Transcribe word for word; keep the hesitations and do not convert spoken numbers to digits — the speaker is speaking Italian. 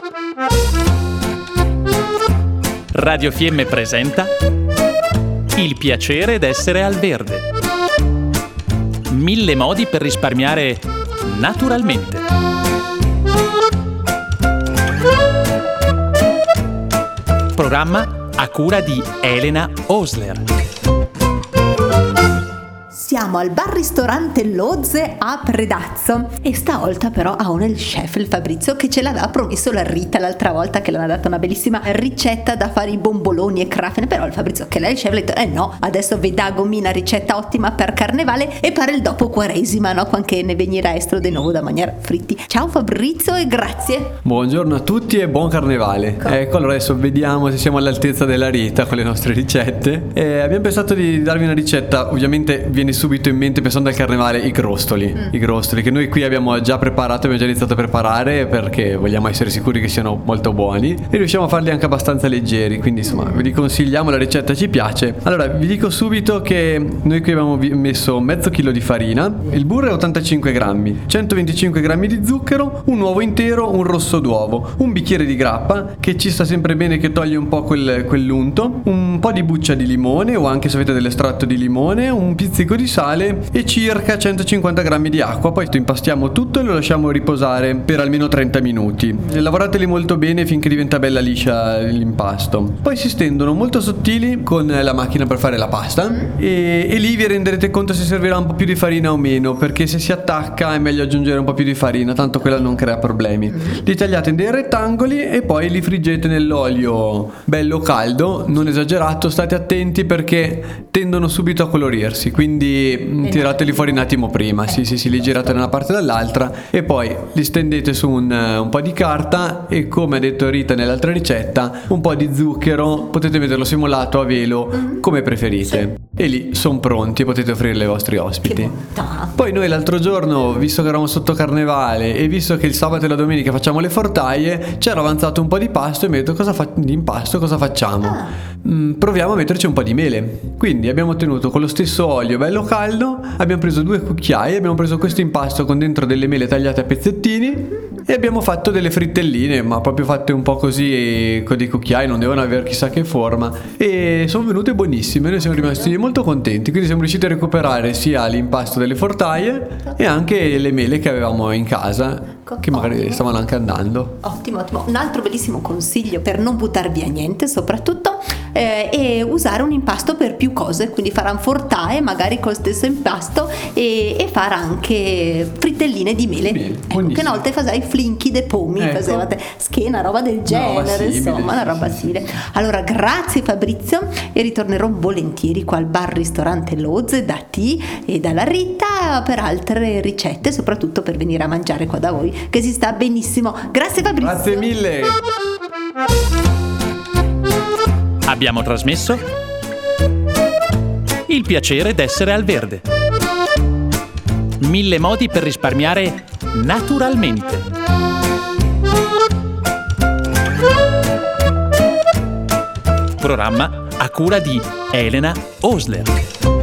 Radio Fiemme presenta Il piacere d'essere al verde. Mille modi per risparmiare naturalmente. Programma a cura di Elena Osler. Siamo al bar-ristorante Lozze a Predazzo e stavolta però ha un il chef, il Fabrizio, che ce l'aveva promesso la Rita l'altra volta, che le aveva dato una bellissima ricetta da fare i bomboloni e crafene, però il Fabrizio, che lei il chef, le ha detto eh no, adesso vedagomi una ricetta ottima per carnevale e per il dopo quaresima, no? Quando ne venirà estro di nuovo da mangiare fritti. Ciao Fabrizio e grazie. Buongiorno a tutti e buon carnevale. Ecco, ecco allora adesso vediamo se siamo all'altezza della Rita con le nostre ricette. E abbiamo pensato di darvi una ricetta, ovviamente viene subito in mente, pensando al carnevale, i crostoli. Mm. I crostoli che noi qui abbiamo già preparato, abbiamo già iniziato a preparare perché vogliamo essere sicuri che siano molto buoni e riusciamo a farli anche abbastanza leggeri, quindi insomma ve li consigliamo, la ricetta ci piace. Allora vi dico subito che noi qui abbiamo messo mezzo chilo di farina, il burro è ottantacinque grammi, centoventicinque grammi di zucchero, un uovo intero, un rosso d'uovo, un bicchiere di grappa che ci sta sempre bene, che toglie un po' quel, quell'unto, un po' di buccia di limone o anche se avete dell'estratto di limone, un pizzico di sale e circa centocinquanta grammi di acqua. Poi impastiamo tutto e lo lasciamo riposare per almeno trenta minuti. Lavorateli molto bene finché diventa bella liscia l'impasto. Poi si stendono molto sottili con la macchina per fare la pasta e, e lì vi renderete conto se servirà un po' più di farina o meno, perché se si attacca è meglio aggiungere un po' più di farina, tanto quella non crea problemi. Li tagliate in dei rettangoli e poi li friggete nell'olio bello caldo, non esagerato, state attenti perché tendono subito a colorirsi, quindi tirateli fuori un attimo prima, sì sì sì, li girate da una parte e dall'altra e poi li stendete su un, un po' di carta e, come ha detto Rita nell'altra ricetta, un po' di zucchero, potete metterlo simulato a velo come preferite e lì sono pronti e potete offrirli ai vostri ospiti. Poi noi l'altro giorno, visto che eravamo sotto carnevale e visto che il sabato e la domenica facciamo le fortaie, c'era avanzato un po' di pasto e mi ho detto cosa fa- di impasto cosa facciamo? Ah. Mm, proviamo a metterci un po' di mele, quindi abbiamo tenuto con lo stesso olio bello caldo, abbiamo preso due cucchiai, abbiamo preso questo impasto con dentro delle mele tagliate a pezzettini e abbiamo fatto delle frittelline, ma proprio fatte un po' così con dei cucchiai, non devono avere chissà che forma, e sono venute buonissime. Noi siamo rimasti molto contenti, quindi siamo riusciti a recuperare sia l'impasto delle fortaie e anche le mele che avevamo in casa, che magari ottimo. Stavano anche andando. Ottimo, ottimo. Un altro bellissimo consiglio per non buttar via niente, soprattutto eh, è usare un impasto per più cose, quindi fare un fortaie magari col stesso impasto e, e fare anche frittelline di mele. Bene, ecco, che una volta facevate flinchi de pomi, ecco. Facevate schiena, roba del genere, no, insomma, una roba simile. Allora grazie Fabrizio e ritornerò volentieri qua al bar-ristorante Lozze da te e dalla Rita per altre ricette, soprattutto per venire a mangiare qua da voi, che si sta benissimo. Grazie Fabrizio. Grazie mille. Abbiamo trasmesso Il piacere d'essere al verde. Mille modi per risparmiare naturalmente. Programma a cura di Elena Osler.